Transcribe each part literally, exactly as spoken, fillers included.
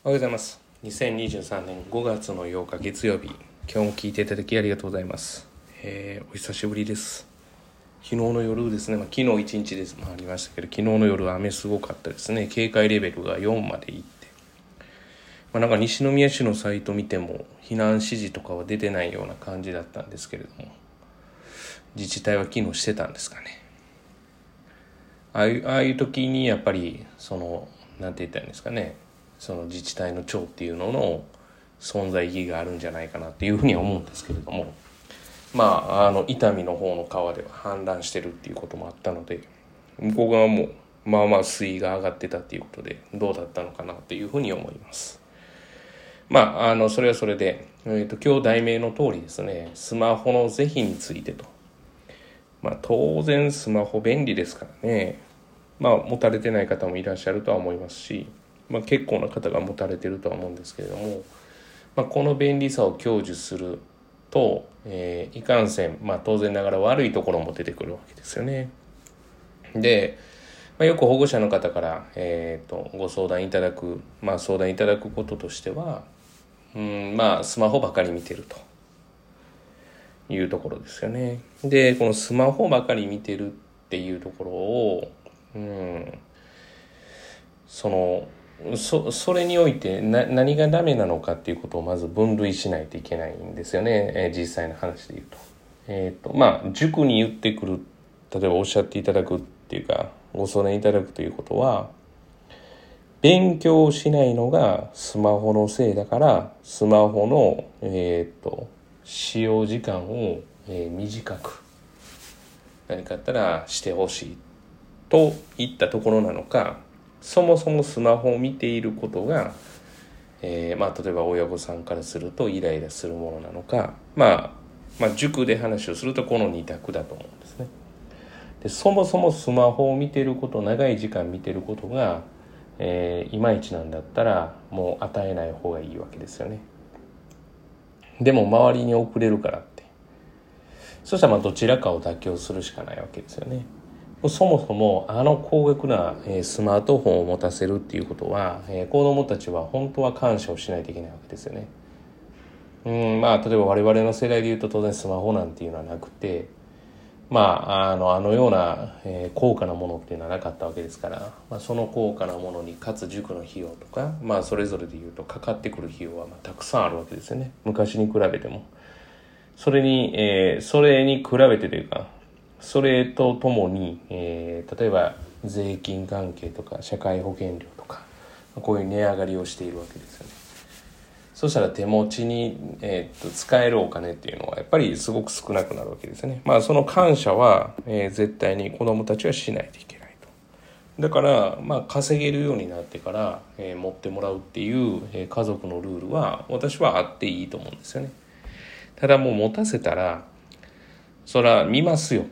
おはようございます。にせんにじゅうさんねんごがつのようか月曜日、今日も聞いていただきありがとうございます。えー、お久しぶりです。昨日の夜ですね、まあ、昨日一日です、まあ、ありましたけど、昨日の夜は雨すごかったですね。警戒レベルがよんまでいって、まあ、なんか西宮市のサイト見ても避難指示とかは出てないような感じだったんですけれども、自治体は機能してたんですかね。ああいう、ああいう時にやっぱりそのなんて言ったらいいんですかね、その自治体の長っていうのの存在意義があるんじゃないかなっていうふうには思うんですけれども、まああの伊丹の方の川では氾濫してるっていうこともあったので、向こう側もまあまあ水位が上がってたっていうことでどうだったのかなっていうふうに思います。まああのそれはそれで、えーと、今日題名の通りですね、スマホの是非についてと。まあ当然スマホ便利ですからね。まあ持たれてない方もいらっしゃるとは思いますし、まあ、結構な方が持たれてるとは思うんですけれども、まあ、この便利さを享受すると、えー、いかんせん、まあ、当然ながら悪いところも出てくるわけですよね。で、まあ、よく保護者の方から、えー、とご相談いただく、まあ、相談いただくこととしては、うんまあスマホばかり見てるというところですよね。でこのスマホばかり見てるっていうところを、うんそのそ, それにおいてな何がダメなのかっていうことをまず分類しないといけないんですよね、えー、実際の話で言うと。えっ、ー、とまあ塾に言ってくる、例えばおっしゃっていただくっていうかご相談いただくということは、勉強をしないのがスマホのせいだからスマホの、えー、と使用時間を、えー、短く何かあったらしてほしいといったところなのか、そもそもスマホを見ていることが、えーまあ、例えば親御さんからするとイライラするものなのか、まあ、まあ塾で話をするとこのに択だと思うんですね。でそもそもスマホを見てること、長い時間見てることが、えー、いまいちなんだったらもう与えない方がいいわけですよね。でも周りに遅れるからって、そしたらまあどちらかを妥協するしかないわけですよね。そもそもあの高額なスマートフォンを持たせるっていうことは、子どもたちは本当は感謝をしないといけないわけですよね。うんまあ例えば我々の世代でいうと当然スマホなんていうのはなくて、まああのあのような、えー、高価なものっていうのはなかったわけですから、まあ、その高価なものにかつ塾の費用とか、まあそれぞれでいうとかかってくる費用はまあたくさんあるわけですよね、昔に比べても。それに、えー、それに比べてというか、それとともに、えー、例えば税金関係とか社会保険料とかこういう値上がりをしているわけですよね。そしたら手持ちに、えー、っと使えるお金っていうのはやっぱりすごく少なくなるわけですよね。まあその感謝は、えー、絶対に子どもたちはしないといけないと。だからまあ稼げるようになってから、えー、持ってもらうっていう、えー、家族のルールは私はあっていいと思うんですよね。ただもう持たせたらそら見ますよ、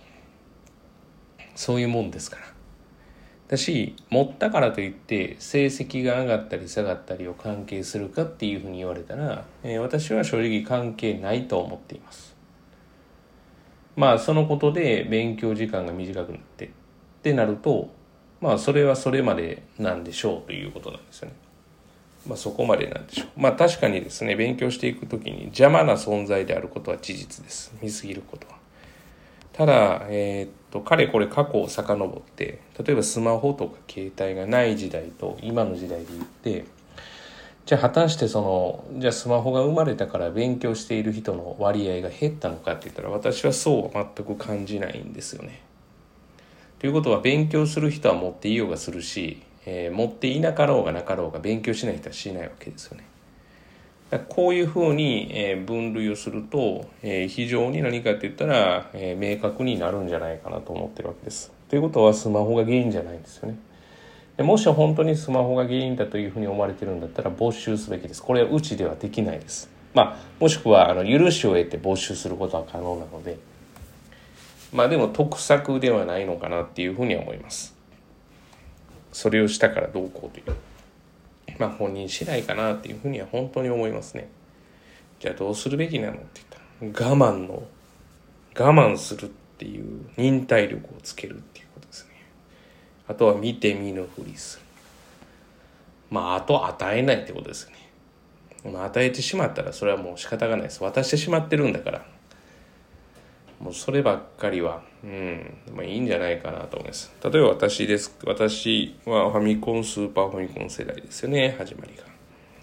そういうもんですから。だし、持ったからといって成績が上がったり下がったりを関係するかっていうふうに言われたら、えー、私は正直関係ないと思っています。まあそのことで勉強時間が短くなってってなると、まあそれはそれまでなんでしょうということなんですよね。まあそこまでなんでしょう。まあ確かにですね、勉強していくときに邪魔な存在であることは事実です。見すぎることは。ただ、えー、っとかれこれ過去を遡って、例えばスマホとか携帯がない時代と今の時代で言って、じゃあ果たしてそのじゃあスマホが生まれたから勉強している人の割合が減ったのかって言ったら、私はそうは全く感じないんですよね。ということは、勉強する人は持っていようがするし、えー、持っていなかろうがなかろうが勉強しない人はしないわけですよね。こういうふうに分類をすると、非常に何かって言ったら明確になるんじゃないかなと思ってるわけです。ということはスマホが原因じゃないんですよね。もし本当にスマホが原因だというふうに思われてるんだったら没収すべきです。これはうちではできないです。まあもしくはあの許しを得て没収することは可能なので、まあでも得策ではないのかなっていうふうには思います。それをしたからどうこうという、まあ本人次第かなっていうふうには本当に思いますね。じゃあどうするべきなのって言ったら、我慢の我慢するっていう忍耐力をつけるっていうことですね。あとは見て見ぬふりする。 まああと与えないってことですよね。まあ、与えてしまったらそれはもう仕方がないです。渡してしまってるんだからもうそればっかりはうんまあいいんじゃないかなと思います。例えば私です私はファミコンスーパーファミコン世代ですよね。始まりが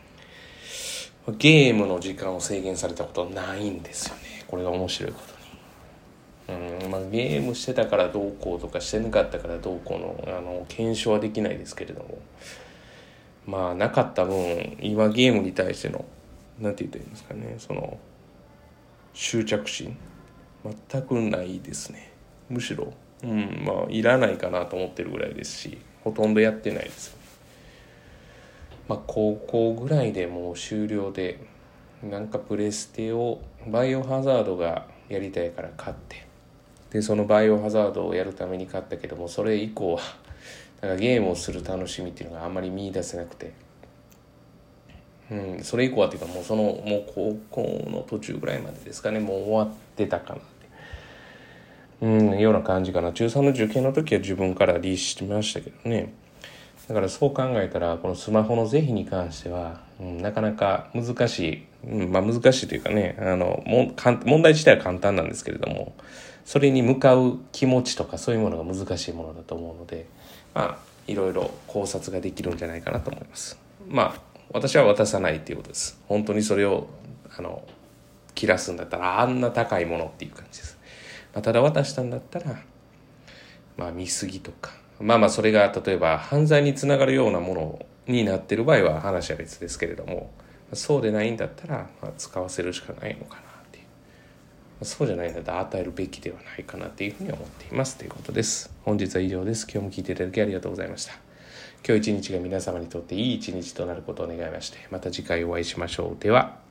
ゲームの時間を制限されたことはないんですよね。これが面白いことにうん、まあ、ゲームしてたからどうこうとかしてなかったからどうこうのあの検証はできないですけれども、まあなかった分今ゲームに対してのなんて言ったらいいんですかね、その執着心全くないですね。むしろうんまあいらないかなと思ってるぐらいですし、ほとんどやってないです。まあ高校ぐらいでもう終了で、なんかプレステをバイオハザードがやりたいから買って、でそのバイオハザードをやるために買ったけども、それ以降はなんかゲームをする楽しみっていうのがあんまり見出せなくて、うん、それ以降はっていうかもうそのもう高校の途中ぐらいまでですかね、もう終わってたかなってうんような感じかな。中さんの受験の時は自分からリーしましたけどね。だからそう考えたらこのスマホの是非に関しては、うん、なかなか難しい、うん、まあ難しいというかね、あのも問題自体は簡単なんですけれども、それに向かう気持ちとかそういうものが難しいものだと思うので、まあいろいろ考察ができるんじゃないかなと思います。まあ私は渡さないっていうことです。本当にそれをあの切らすんだったらあんな高いものっていう感じです。まあ、ただ渡したんだったらまあ見過ぎとか、まあまあそれが例えば犯罪につながるようなものになっている場合は話は別ですけれども、そうでないんだったらまあ使わせるしかないのかなっていう、そうじゃないんだったら与えるべきではないかなっていうふうに思っていますということです。本日は以上です。今日も聞いていただきありがとうございました。今日一日が皆様にとっていい一日となることを願いまして、また次回お会いしましょう。では。